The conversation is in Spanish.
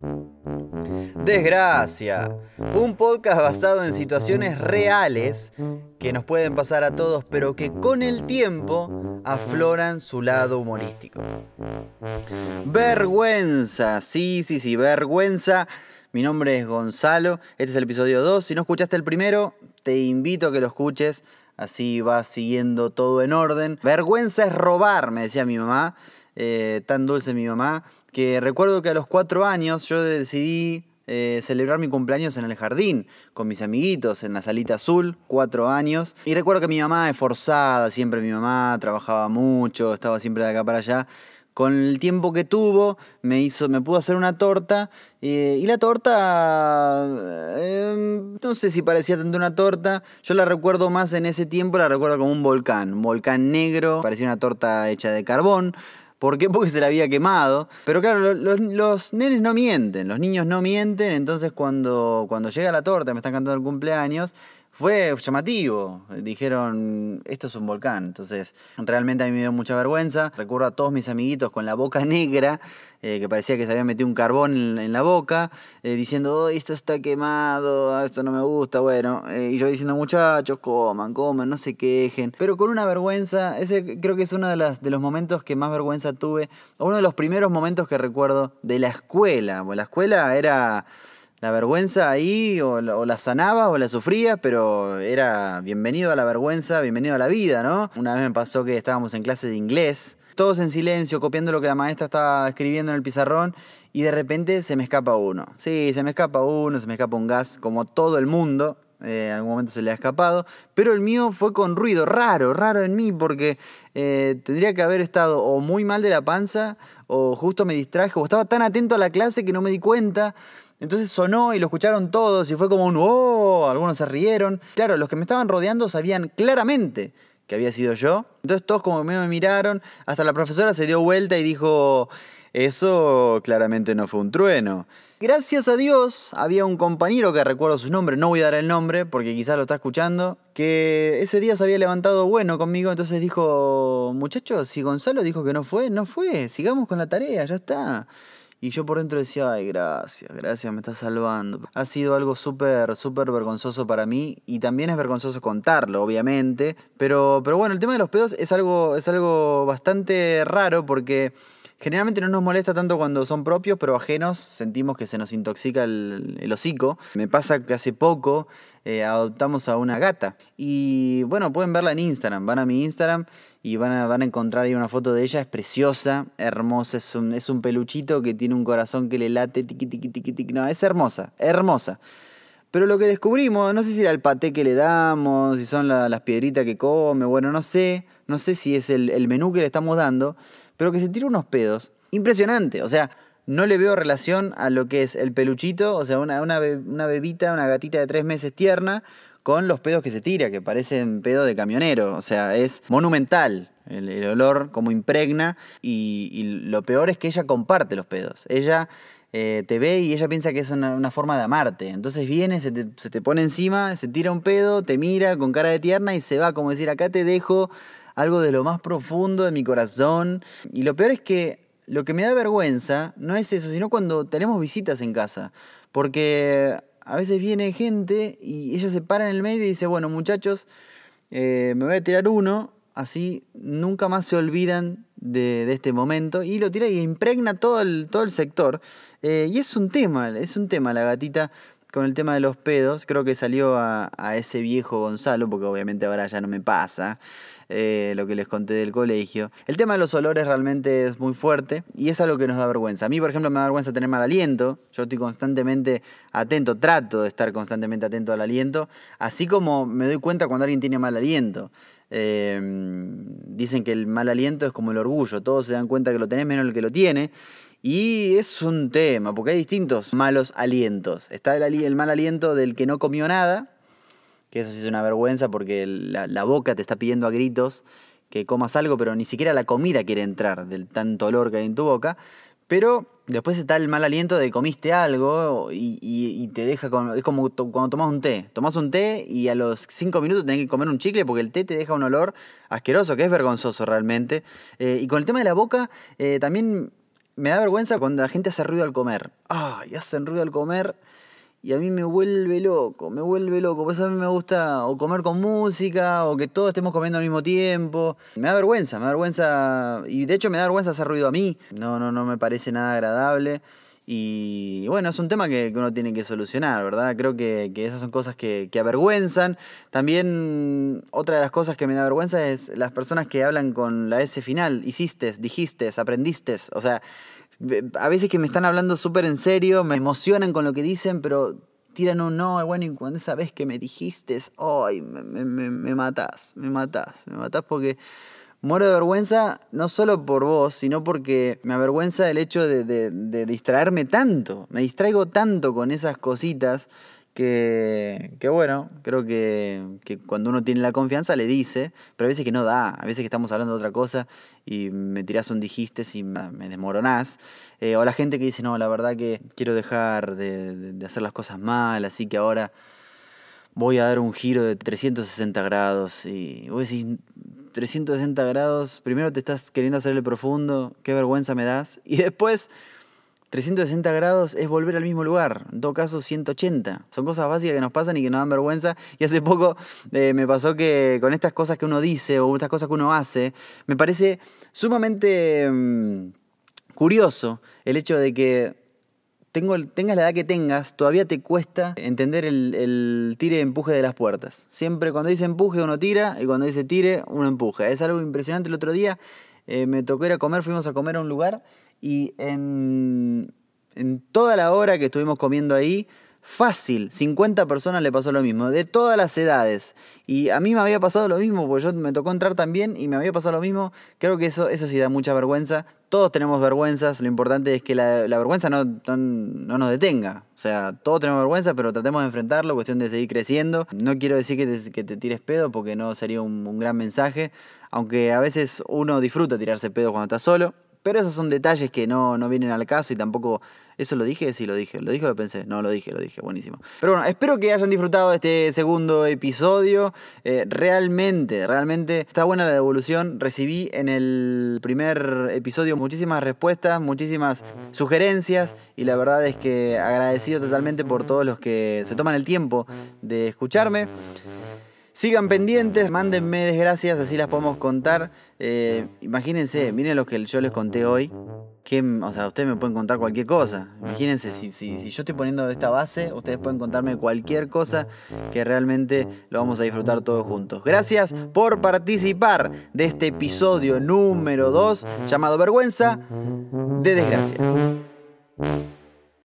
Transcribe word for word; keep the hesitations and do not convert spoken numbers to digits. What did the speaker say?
Desgracia, un podcast basado en situaciones reales que nos pueden pasar a todos, pero que con el tiempo afloran su lado humorístico. Vergüenza, sí, sí, sí, vergüenza. Mi nombre es Gonzalo, este es el episodio dos. Si no escuchaste el primero, te invito a que lo escuches, así vas siguiendo todo en orden. Vergüenza es robar, me decía mi mamá, eh, tan dulce mi mamá, que recuerdo que a los cuatro años yo decidí eh, celebrar mi cumpleaños en el jardín, con mis amiguitos, en la salita azul, cuatro años. Y recuerdo que mi mamá, esforzada, siempre mi mamá, trabajaba mucho, estaba siempre de acá para allá. Con el tiempo que tuvo, me hizo, me pudo hacer una torta. Eh, y la torta, eh, no sé si parecía tanto una torta. Yo la recuerdo más en ese tiempo, la recuerdo como un volcán. Un volcán negro, parecía una torta hecha de carbón. ¿Por qué? Porque se la había quemado. Pero claro, los, los nenes no mienten, los niños no mienten. Entonces cuando, cuando llega la torta, me están cantando el cumpleaños, fue llamativo. Dijeron, esto es un volcán. Entonces, realmente a mí me dio mucha vergüenza. Recuerdo a todos mis amiguitos con la boca negra, eh, que parecía que se había metido un carbón en, en la boca, eh, diciendo, oh, esto está quemado, esto no me gusta, bueno. Eh, y yo diciendo, muchachos, coman, coman, no se quejen. Pero con una vergüenza, ese creo que es uno de, las, de los momentos que más vergüenza tuve, o uno de los primeros momentos que recuerdo de la escuela. Bueno, la escuela era... La vergüenza ahí o la, o la sanaba o la sufría, pero era bienvenido a la vergüenza, bienvenido a la vida, ¿no? Una vez me pasó que estábamos en clase de inglés, todos en silencio, copiando lo que la maestra estaba escribiendo en el pizarrón, y de repente se me escapa uno. Sí, se me escapa uno, se me escapa un gas, como todo el mundo. Eh, en algún momento se le ha escapado, pero el mío fue con ruido, raro, raro en mí, porque eh, tendría que haber estado o muy mal de la panza, o justo me distraje, o estaba tan atento a la clase que no me di cuenta. Entonces sonó y lo escucharon todos y fue como un ¡oh! Algunos se rieron. Claro, los que me estaban rodeando sabían claramente que había sido yo. Entonces todos como me miraron, hasta la profesora se dio vuelta y dijo, eso claramente no fue un trueno. Gracias a Dios había un compañero que recuerdo su nombre, no voy a dar el nombre porque quizás lo está escuchando, que ese día se había levantado bueno conmigo, entonces dijo, muchachos, si Gonzalo dijo que no fue, no fue, sigamos con la tarea, ya está. Y yo por dentro decía, ay, gracias, gracias, me estás salvando. Ha sido algo súper, súper vergonzoso para mí y también es vergonzoso contarlo, obviamente. Pero, pero bueno, el tema de los pedos es algo, es algo bastante raro porque generalmente no nos molesta tanto cuando son propios, pero ajenos sentimos que se nos intoxica el, el hocico. Me pasa que hace poco eh, adoptamos a una gata y bueno, pueden verla en Instagram, van a mi Instagram y van a, van a encontrar ahí una foto de ella, es preciosa, hermosa, es un, es un peluchito que tiene un corazón que le late, tiqui, tiqui, tiqui, tiqui. No, es hermosa, hermosa. Pero lo que descubrimos, no sé si era el paté que le damos, si son la, las piedritas que come, bueno, no sé, no sé si es el, el menú que le estamos dando, pero que se tira unos pedos. Impresionante, o sea, no le veo relación a lo que es el peluchito, o sea, una, una, be, una bebita, una gatita de tres meses tierna, con los pedos que se tira, que parecen pedos de camionero, o sea, es monumental el, el olor como impregna y, y lo peor es que ella comparte los pedos, ella eh, te ve y ella piensa que es una, una forma de amarte, entonces viene, se te, se te pone encima, se tira un pedo, te mira con cara de tierna y se va, como decir, acá te dejo algo de lo más profundo de mi corazón, y lo peor es que lo que me da vergüenza no es eso, sino cuando tenemos visitas en casa, porque a veces viene gente y ella se para en el medio y dice, bueno, muchachos, eh, me voy a tirar uno, así nunca más se olvidan de, de este momento. Y lo tira y impregna todo el, todo el sector. Eh, y es un tema, es un tema la gatita con el tema de los pedos. Creo que salió a, a ese viejo Gonzalo, porque obviamente ahora ya no me pasa. Eh, lo que les conté del colegio. El tema de los olores realmente es muy fuerte y es algo que nos da vergüenza. A mí, por ejemplo, me da vergüenza tener mal aliento. Yo estoy constantemente atento, trato de estar constantemente atento al aliento, así como me doy cuenta cuando alguien tiene mal aliento. Eh, dicen que el mal aliento es como el orgullo, todos se dan cuenta que lo tenés menos el que lo tiene. Y es un tema, porque hay distintos malos alientos. Está el, el mal aliento del que no comió nada, que eso sí es una vergüenza porque la, la boca te está pidiendo a gritos que comas algo, pero ni siquiera la comida quiere entrar del tanto olor que hay en tu boca. Pero después está el mal aliento de comiste algo y, y, y te deja con... Es como to, cuando tomás un té. Tomás un té y a los cinco minutos tenés que comer un chicle porque el té te deja un olor asqueroso, que es vergonzoso realmente. Eh, y con el tema de la boca, eh, también... me da vergüenza cuando la gente hace ruido al comer. Ay, hacen ruido al comer y a mí me vuelve loco, me vuelve loco. Por eso a mí me gusta o comer con música o que todos estemos comiendo al mismo tiempo. Me da vergüenza, me da vergüenza. Y de hecho me da vergüenza hacer ruido a mí. No, no, no me parece nada agradable. Y bueno, es un tema que, que uno tiene que solucionar, ¿verdad? Creo que, que esas son cosas que, que avergüenzan. También otra de las cosas que me da vergüenza es las personas que hablan con la S final. Hiciste, dijiste, aprendiste. O sea, a veces que me están hablando súper en serio, me emocionan con lo que dicen, pero tiran un no, bueno, y cuando esa vez que me dijiste, ¡ay! Me, me, me matás, me matás, me matás porque muero de vergüenza, no solo por vos, sino porque me avergüenza el hecho de, de, de distraerme tanto. Me distraigo tanto con esas cositas que, que bueno, creo que, que cuando uno tiene la confianza le dice, pero a veces que no da, a veces que estamos hablando de otra cosa y me tirás un dijiste y me desmoronás. Eh, o la gente que dice, no, la verdad que quiero dejar de, de, de hacer las cosas mal, así que ahora voy a dar un giro de trescientos sesenta grados. Y vos decís, trescientos sesenta grados, primero te estás queriendo hacer el profundo, qué vergüenza me das. Y después, trescientos sesenta grados es volver al mismo lugar, en todo caso ciento ochenta. Son cosas básicas que nos pasan y que nos dan vergüenza. Y hace poco eh, me pasó que con estas cosas que uno dice o estas cosas que uno hace, me parece sumamente mmm, curioso el hecho de que Tengo, tengas la edad que tengas, todavía te cuesta entender el, el tire y empuje de las puertas. Siempre cuando dice empuje uno tira y cuando dice tire uno empuja. Es algo impresionante. El otro día eh, me tocó ir a comer, fuimos a comer a un lugar y en, en toda la hora que estuvimos comiendo ahí, fácil, cincuenta personas le pasó lo mismo, de todas las edades. Y a mí me había pasado lo mismo, porque yo me tocó entrar también y me había pasado lo mismo. Creo que eso, eso sí da mucha vergüenza. Todos tenemos vergüenzas, lo importante es que la, la vergüenza no, no, no nos detenga. O sea, todos tenemos vergüenza, pero tratemos de enfrentarlo, cuestión de seguir creciendo. No quiero decir que te, que te tires pedo, porque no sería un, un gran mensaje. Aunque a veces uno disfruta tirarse pedo cuando está solo. Pero esos son detalles que no, no vienen al caso y tampoco... ¿Eso lo dije? Sí, lo dije. ¿Lo dije o lo pensé? No, lo dije, lo dije. Buenísimo. Pero bueno, espero que hayan disfrutado de este segundo episodio. Eh, realmente, realmente está buena la devolución. Recibí en el primer episodio muchísimas respuestas, muchísimas sugerencias. Y la verdad es que agradecido totalmente por todos los que se toman el tiempo de escucharme. Sigan pendientes, mándenme desgracias, así las podemos contar. Eh, imagínense, miren lo que yo les conté hoy. Que, o sea, ustedes me pueden contar cualquier cosa. Imagínense, si, si, si yo estoy poniendo esta base, ustedes pueden contarme cualquier cosa que realmente lo vamos a disfrutar todos juntos. Gracias por participar de este episodio número dos llamado Vergüenza de Desgracia.